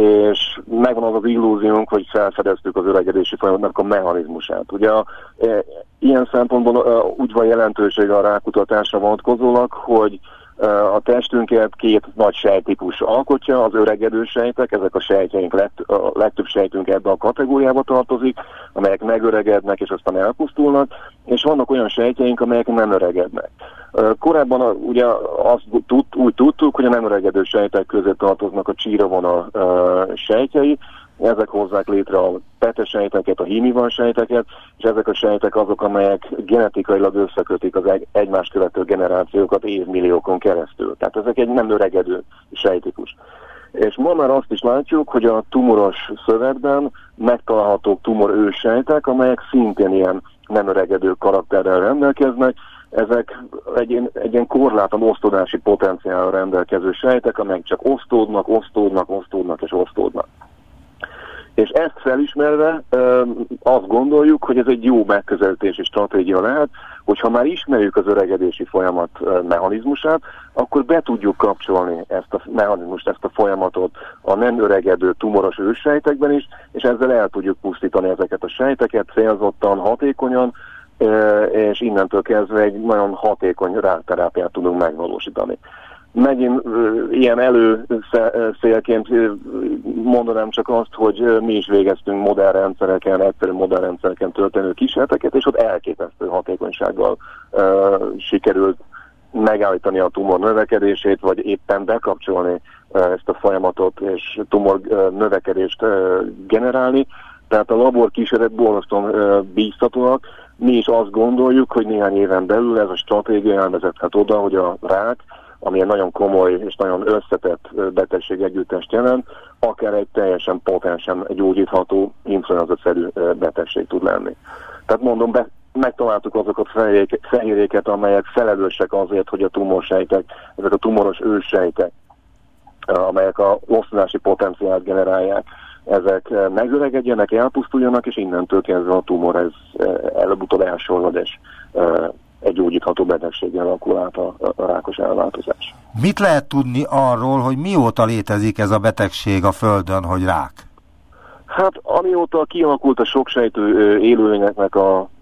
és megvan az az illúziónk, hogy felfedeztük az öregedési folyamatnak a mechanizmusát. Ugye a, e, ilyen szempontból e, úgy van jelentősége a rákutatásra vonatkozólag, hogy e, a testünket két nagy sejttípus alkotja, az öregedő sejtek, ezek a sejtjeink, lett, a legtöbb sejtünk ebbe a kategóriába tartozik, amelyek megöregednek és aztán elpusztulnak, és vannak olyan sejtjeink, amelyek nem öregednek. Korábban a, ugye azt tud, úgy tudtuk, hogy a nem öregedő sejtek közé tartoznak a csíravona uh, sejtjei, ezek hozzák létre a petesejteket, a hímivan sejteket, és ezek a sejtek azok, amelyek genetikailag összekötik az egy, egymást követő generációkat évmilliókon keresztül. Tehát ezek egy nem öregedő sejtípus. És ma már azt is látjuk, hogy a tumoros szövetben megtalálhatók tumor őssejtek, amelyek szintén ilyen nem öregedő karakterrel rendelkeznek. Ezek egy, egy ilyen korlátlan osztódási potenciállal rendelkező sejtek, amelyek csak osztódnak, osztódnak, osztódnak és osztódnak. És ezt felismerve azt gondoljuk, hogy ez egy jó megközelítési stratégia lehet, hogyha már ismerjük az öregedési folyamat mechanizmusát, akkor be tudjuk kapcsolni ezt a mechanizmust, ezt a folyamatot a nem öregedő tumoros őssejtekben is, és ezzel el tudjuk pusztítani ezeket a sejteket célzottan, hatékonyan, és innentől kezdve egy nagyon hatékony rákterápiát tudunk megvalósítani. Megint ilyen előszélként mondanám csak azt, hogy mi is végeztünk modern rendszereken, egyszerű modern rendszereken történő kísérleteket, és ott elképesztő hatékonysággal uh, sikerült megállítani a tumor növekedését, vagy éppen bekapcsolni uh, ezt a folyamatot, és tumor uh, növekedést uh, generálni. Tehát a labor kísérlet borzasztóan uh, bíztatóak. Mi is azt gondoljuk, hogy néhány éven belül ez a stratégia elvezethet oda, hogy a rák, ami egy nagyon komoly és nagyon összetett betegség együttest jelent, akár egy teljesen potensen gyógyítható influenza-szerű betegség tud lenni. Tehát mondom, be, megtaláltuk azokat a fehérjéket, amelyek felelősek azért, hogy a tumorsejtek, ezek a tumoros őssejtek, amelyek a osztodási potenciált generálják, ezek megöregedjenek, elpusztuljanak, és innentől kezdve a tumor ez előbb-utóbb elsorvad, és egy gyógyítható betegséggel alakul át a, a rákos elváltozás. Mit lehet tudni arról, hogy mióta létezik ez a betegség a Földön, hogy rák? Hát amióta kialakult a soksejtő élőlényeknek a, a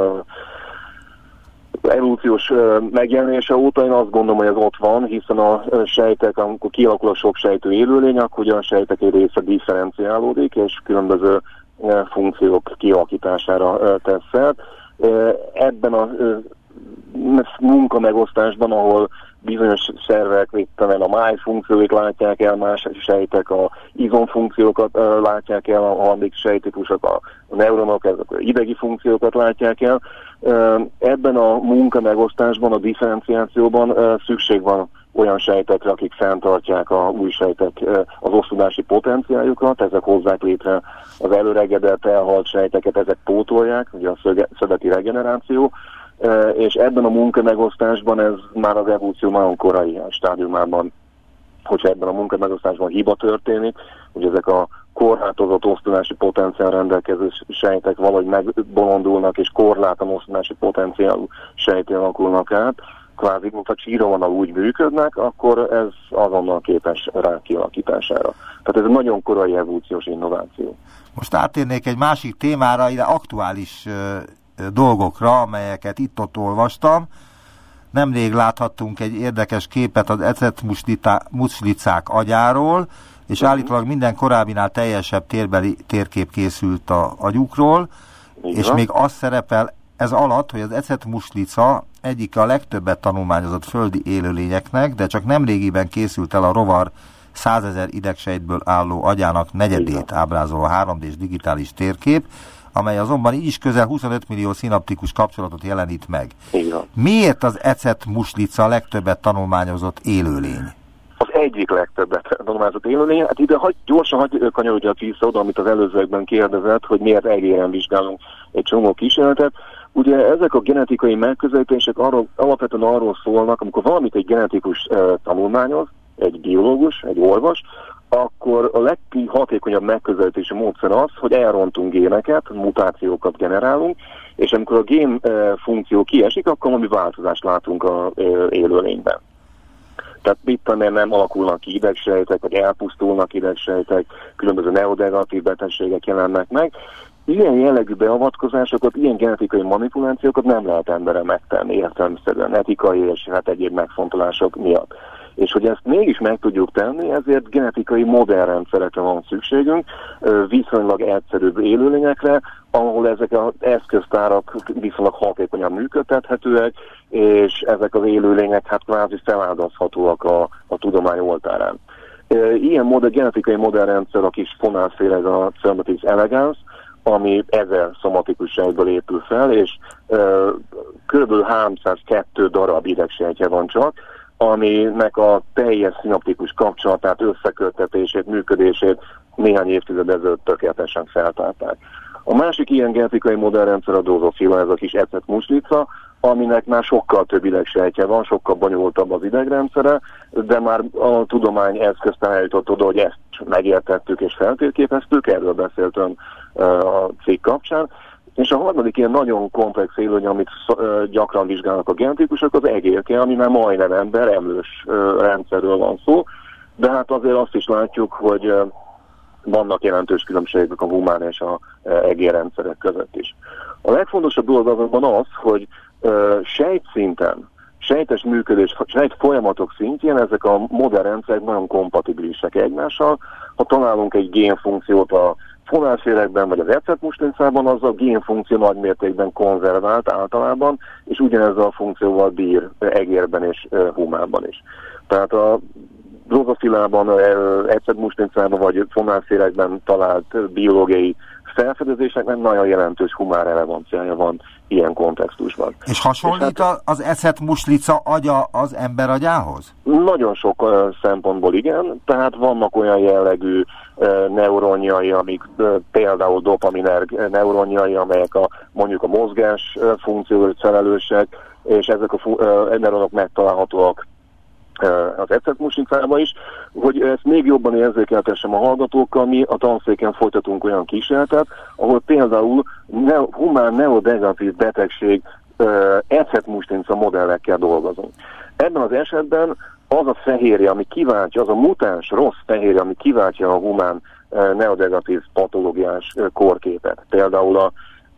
evolúciós megjelenése óta, én azt gondolom, hogy ez ott van, hiszen a sejtek, amikor kialakul a soksejtő élőlény, akkor a sejtek egy része differenciálódik, és különböző funkciók kialakítására tesz szert. Ebben a munkamegosztásban, ahol bizonyos szervek, védtelen a máj funkcióit látják el, más sejtek a izomfunkciókat látják el, a harmadik sejtípusok, a neuronok, ezek a idegi funkciókat látják el. Ebben a munkamegosztásban, a differenciációban szükség van olyan sejtekre, akik fenntartják a új sejtek az osztodási potenciáljukat, ezek hozzák létre az előregedett, elhalt sejteket, ezek pótolják, ugye a szöveti regeneráció, és ebben a munkamegosztásban ez már az evolúció nagyon korai stádiumában, hogyha ebben a munkamegosztásban hiba történik, hogy ezek a korlátozott osztodási potenciál rendelkező sejtek valahogy megbolondulnak, és korlátlan osztodási potenciálú sejté alakulnak át, kvázi, mint a csírovonal úgy működnek, akkor ez azonnal képes rá kialakítására. Tehát ez egy nagyon korai evolúciós innováció. Most áttérnék egy másik témára, ide aktuális ö, ö, dolgokra, amelyeket itt-ott olvastam. Nemrég láthattunk egy érdekes képet az ecetmuslicák agyáról, és uh-huh. állítólag minden korábbinál teljesebb térbeli térkép készült a agyukról, igen. És még az szerepel ez alatt, hogy az ecetmuslica egyik a legtöbbet tanulmányozott földi élőlényeknek, de csak nemrégiben készült el a rovar százezer idegsejtből álló agyának negyedét igen. ábrázoló három dés digitális térkép, amely azonban így is közel huszonöt millió szinaptikus kapcsolatot jelenít meg. Igen. Miért az ecetmuslica a legtöbbet tanulmányozott élőlény? Az egyik legtöbbet tanulmányozott élőlény. Hát ide hagy, gyorsan hagy kanyarodjak vissza oda, amit az előzőekben kérdezett, hogy miért egéren vizsgálunk egy csomó kísérletet. Ugye ezek a genetikai megközelítések arról, alapvetően arról szólnak, amikor valamit egy genetikus uh, tanulmányoz, egy biológus, egy orvos, akkor a leghatékonyabb megközelítési módszer az, hogy elrontunk géneket, mutációkat generálunk, és amikor a gén uh, funkció kiesik, akkor valami változást látunk a uh, élőlényben. Tehát itt nem alakulnak ki idegsejtek, vagy elpusztulnak idegsejtek, különböző neurodegeneratív betegségek jelennek meg. Ilyen jellegű beavatkozásokat, ilyen genetikai manipulációkat nem lehet emberre megtenni értelemszerűen, etikai és hát egyéb megfontolások miatt. És hogy ezt mégis meg tudjuk tenni, ezért genetikai modellrendszerekre van szükségünk, viszonylag egyszerűbb élőlényekre, ahol ezek az eszköztárak viszonylag hatékonyan működtethetőek, és ezek az élőlények hát kvázi feláldozhatóak a, a tudomány oltárán. Ilyen modell, genetikai modellrendszer a kis fonálféle, ez a Cermatis elegans, ami ezer szomatikus sejtből épül fel, és kb. háromszázkettő darab idegsejtje van csak, aminek a teljes szinaptikus kapcsolatát, összeköttetését, működését néhány évtized ezelőtt tökéletesen feltárták. A másik ilyen genetikai modellrendszer a Drosophila, ez a kis ecetmuslica, aminek már sokkal több idegsejtje van, sokkal bonyolultabb az idegrendszere, de már a tudomány eszköztán eljutott oda, hogy ezt megértettük és feltérképeztük, erről beszéltem a cikk kapcsán. És a harmadik ilyen nagyon komplex élőlény, amit gyakran vizsgálnak a genetikusok, az egérke, ami már majdnem ember, emlős rendszerről van szó, de hát azért azt is látjuk, hogy vannak jelentős különbségek a humán és a egérrendszerek között is. A legfontosabb dolog azonban az, hogy sejtszinten, sejtes működés, sejt folyamatok szintjén ezek a modern rendszerek nagyon kompatibilisek egymással. Ha találunk egy génfunkciót a fonálfélekben vagy az ecetmuslicában, az a génfunkció nagy mértékben konzervált általában, és ugyanezzel a funkcióval bír egérben és humánban is. Tehát a Drosophilában, ecetmuslicában vagy fonálfélekben talált biológiai felfedezéseknek nagyon jelentős humán relevanciája van ilyen kontextusban. És hasonlít és hát, az ecetmuslica agya az ember agyához? Nagyon sok uh, szempontból igen, tehát vannak olyan jellegű uh, neuronjai, amik uh, például dopaminerg neuronjai, amelyek a, mondjuk a mozgás uh, funkcióért felelősek, és ezek a uh, neuronok megtalálhatóak az ecetmuslicában is, hogy ezt még jobban érzékeltessem a hallgatókkal, mi a tanszéken folytatunk olyan kísérletet, ahol például ne, humán neurodegeneratív betegség uh, ecetmuslica modellekkel dolgozunk. Ebben az esetben az a fehérje, ami kiváltja, az a mutáns rossz fehérje, ami kiváltja a humán uh, neurodegeneratív patológiás uh, korképet. Például a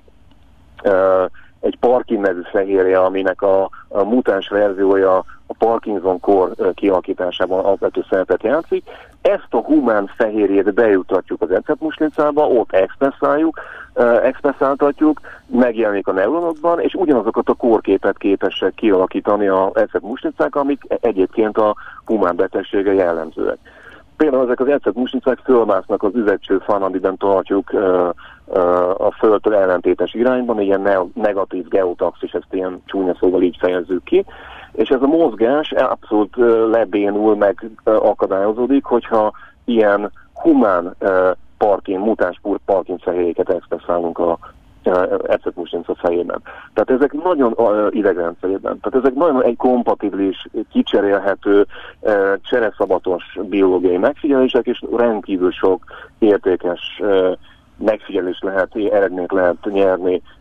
uh, egy Parkin nevű fehérje, aminek a, a mutáns verziója a Parkinson-kor kialakításában alapvető szerepet játszik. Ezt a humán fehérjét bejutatjuk az ecetmuslicába, ott expresszáljuk, expresszáltatjuk, megjelenik a neuronokban, és ugyanazokat a kórképet képesek kialakítani az ecetmuslicák, amik egyébként a humán betegsége jellemzőek. Például ezek az ecetmuslicák fölmásznak az üvegcsőfán, amiben tartjuk uh, uh, a Földtől ellentétes irányban, ilyen ne- negatív geotaxis, ezt ilyen csúnya szóval így fejezzük ki, és ez a mozgás abszolút uh, lebénul, meg uh, akadályozódik, hogyha ilyen humán uh, Parkin, mutáns Parkin fehérjéket expresszálunk a ecetmuslica fejében. Tehát ezek nagyon uh, idegrendszerében. Tehát ezek nagyon egy kompatibilis, kicserélhető, uh, csereszabatos biológiai megfigyelések, és rendkívül sok értékes uh, megfigyelés lehet, eredményt lehet nyerni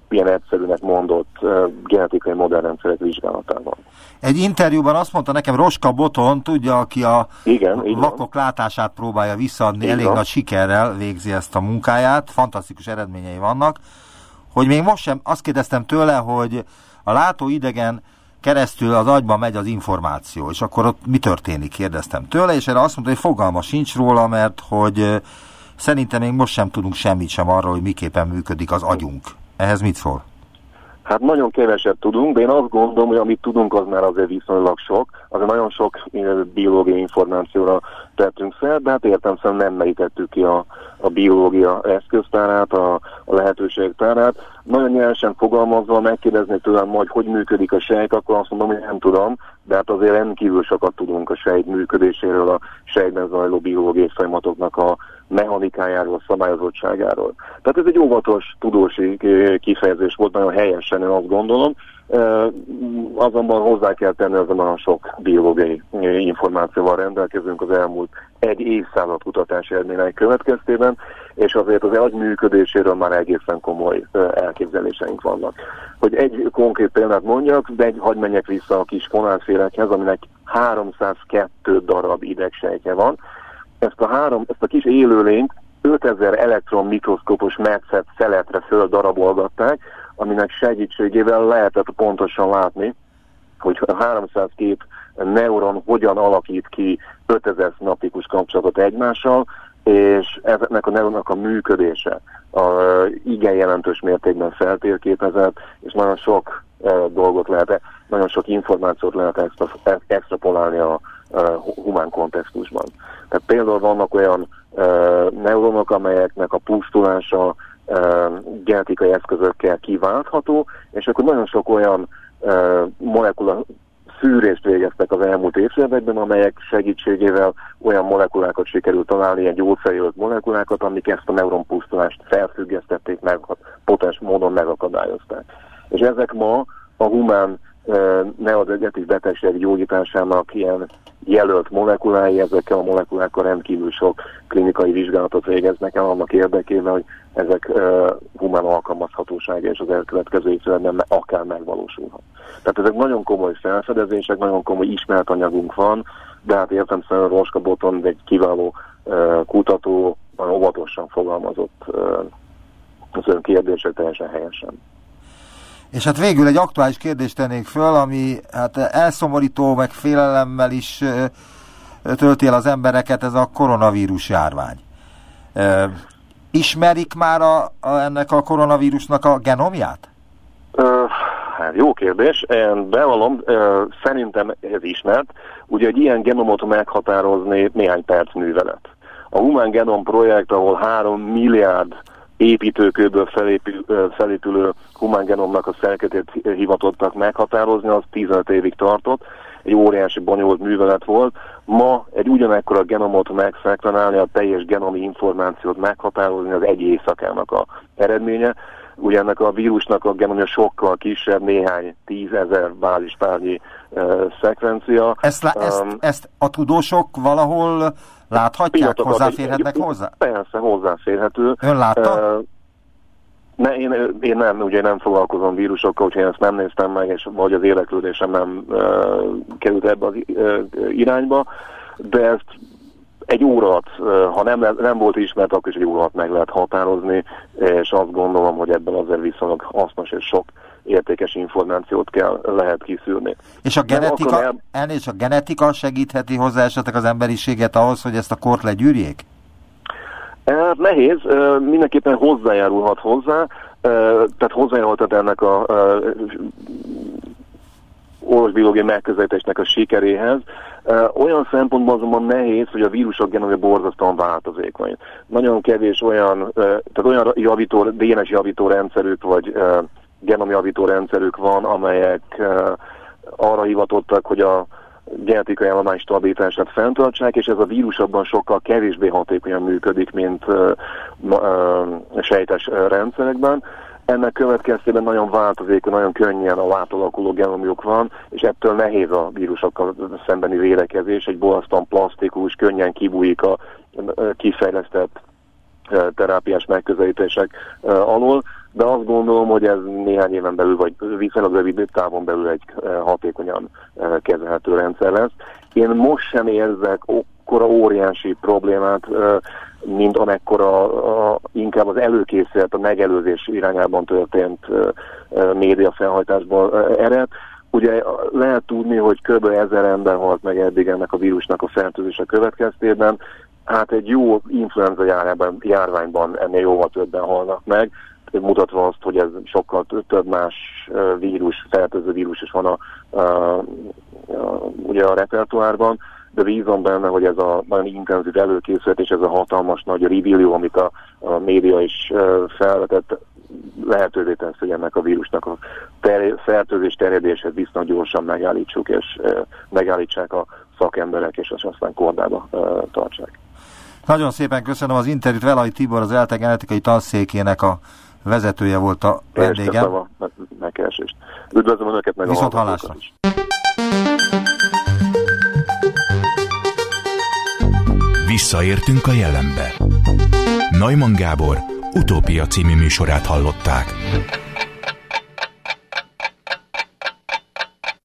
ilyen egyszerűnek mondott genetikai modellrendszerek vizsgálatában. Egy interjúban azt mondta nekem Roska Boton, tudja, aki a igen, vakok látását próbálja visszaadni, elég nagy sikerrel végzi ezt a munkáját, fantasztikus eredményei vannak, hogy még most sem, azt kérdeztem tőle, hogy a látó idegen keresztül az agyban megy az információ, és akkor ott mi történik, kérdeztem tőle, és erre azt mondta, hogy fogalma sincs róla, mert hogy szerintem még most sem tudunk semmit sem arról, hogy miképpen működik az agyunk. Ehhez mit szól? Hát nagyon keveset tudunk, de én azt gondolom, hogy amit tudunk, az már azért viszonylag sok. Azért nagyon sok biológiai információra tettünk szert, de hát értelemszerűen nem merítettük ki a, a biológia eszköztárát, a, a lehetőségtárát. Nagyon nyersen fogalmazva megkérdezni tőlem, hogy hogy működik a sejt, akkor azt mondom, hogy nem tudom, de hát azért rendkívül sokat tudunk a sejt működéséről, a sejtben zajló biológiai folyamatoknak a mechanikájáról, szabályozottságáról. Tehát ez egy óvatos tudósi kifejezés volt, nagyon helyesen, én azt gondolom. Azonban hozzá kell tenni, azonban sok biológiai információval rendelkezünk az elmúlt egy évszázad kutatás eredményei következtében, és azért az agy működéséről már egészen komoly elképzeléseink vannak. Hogy egy konkrét példát mondjak, de egy, hadd menjek vissza a kis fonálfélekhez, aminek háromszázkettő darab idegsejtje van. Ezt a, három, ezt a kis élőlényt ötezer elektron mikroszkópos metszet szeletre földarabolgatták, aminek segítségével lehetett pontosan látni, hogy a háromszázkettő neuron hogyan alakít ki ötezer szinaptikus kapcsolatot egymással, és ezeknek a neuronnak a működése a, igen jelentős mértékben feltérképezett, és nagyon sok e, dolgot lehet, nagyon sok információt lehet extra, extrapolálni a, a humán kontextusban. Tehát például vannak olyan e, neuronok, amelyeknek a pusztulása e, genetikai eszközökkel kiváltható, és akkor nagyon sok olyan e, molekula szűrést végeztek az elmúlt évtizedekben, amelyek segítségével olyan molekulákat sikerült találni, ilyen gyógyszerjelölt molekulákat, amik ezt a neuronpusztulást felfüggesztették, meg, potens módon megakadályozták. És ezek ma a humán e, neurodegeneratív betegség gyógyításának ilyen jelölt molekulái, ezekkel a molekulákkal rendkívül sok klinikai vizsgálatot végeznek el annak érdekében, hogy ezek uh, humán alkalmazhatósága és az elkövetkező évtizedben akár megvalósulhat. Tehát ezek nagyon komoly felfedezések, nagyon komoly ismert anyagunk van, de hát értelemszerűen Roska Boton egy kiváló uh, kutató, nagyon óvatosan fogalmazott uh, az ön kérdése teljesen helyesen. És hát végül egy aktuális kérdést tennék föl, ami hát elszomorító, meg félelemmel is tölti el az embereket, ez a koronavírus járvány. Ismerik már a, a, ennek a koronavírusnak a genomját? Uh, hát jó kérdés. Én bevallom, uh, szerintem ez ismert. Ugye egy ilyen genomot meghatározni néhány perc művelet. A Human Genome projekt, ahol három milliárd építőkőből felépül, felépülő humán genomnak a szerkezetét hivatottak meghatározni, az tizenöt évig tartott, egy óriási bonyolult művelet volt. Ma egy ugyanekkora genomot megszekvenálni, a teljes genomi információt meghatározni, az egy éjszakának a eredménye. Ugye ennek a vírusnak a genomja sokkal kisebb, néhány tízezer bázispárnyi uh, szekvencia. Ezt, lá- ezt, um, ezt a tudósok valahol láthatják, hozzáférhetnek hozzá? Persze, hozzáférhető. Ön látta? Uh, ne, én, én nem, ugye nem foglalkozom vírusokkal, úgyhogy én ezt nem néztem meg, és vagy az érdeklődésem nem uh, került ebbe az uh, irányba, de ezt egy óra alatt, ha nem, nem volt ismert, akkor is egy óra alatt meg lehet határozni, és azt gondolom, hogy ebben azért viszonylag hasznos és sok értékes információt kell, lehet kiszűrni. És a genetika, el... elnézést, a genetika segítheti hozzá esetleg az emberiséget ahhoz, hogy ezt a kort legyűrjék? Hát nehéz, mindenképpen hozzájárulhat hozzá, tehát hozzájárulhat ennek a orvosbiológiai megközelítésnek a sikeréhez. Olyan szempontból azonban nehéz, hogy a vírusok genomja borzasztóan változékony. Nagyon kevés olyan, tehát olyan javító, dé en es javító rendszerük, vagy genomjavító rendszerük van, amelyek arra hivatottak, hogy a genetikai állomány stabilitását fenntartsák, és ez a vírusokban sokkal kevésbé hatékonyan működik, mint sejtes rendszerekben. Ennek következtében nagyon változékony, nagyon könnyen a látalakuló genomjuk van, és ettől nehéz a vírusokkal szembeni védekezés, egy borzasztóan plastikus, könnyen kibújik a kifejlesztett terápiás megközelítések alól, de azt gondolom, hogy ez néhány éven belül, vagy viszonylag rövid távon belül egy hatékonyan kezelhető rendszer lesz. Én most sem érzek akkora óriási problémát, mint amekkora a, inkább az előkészület, a megelőzés irányában történt média felhajtásból ered. Ugye lehet tudni, hogy kb. ezer ember halt meg eddig ennek a vírusnak a fertőzése következtében. Hát egy jó influenza járványban, járványban ennél jóval többen halnak meg, mutatva azt, hogy ez sokkal több más vírus, fertőző vírus is van a, a, a, ugye a repertoárban, de bízom benne, hogy ez a nagyon intenzív előkészület és ez a hatalmas nagy revízió, amit a, a média is felvetett, lehetővé tesz, hogy ennek a vírusnak a ter- fertőzés terjedését viszonylag gyorsan megállítsuk, és e, megállítsák a szakemberek, és azt aztán kordába e, tartsák. Nagyon szépen köszönöm az interjút. Velay Tibor, az ELTE genetikai tanszékének a vezetője volt a vendégem. Köszönöm a megkeresést. Üdvözlöm Önöket, meg Viszont a hallásra. Is. Visszaértünk a jelenbe. Neumann Gábor Utópia című műsorát hallották.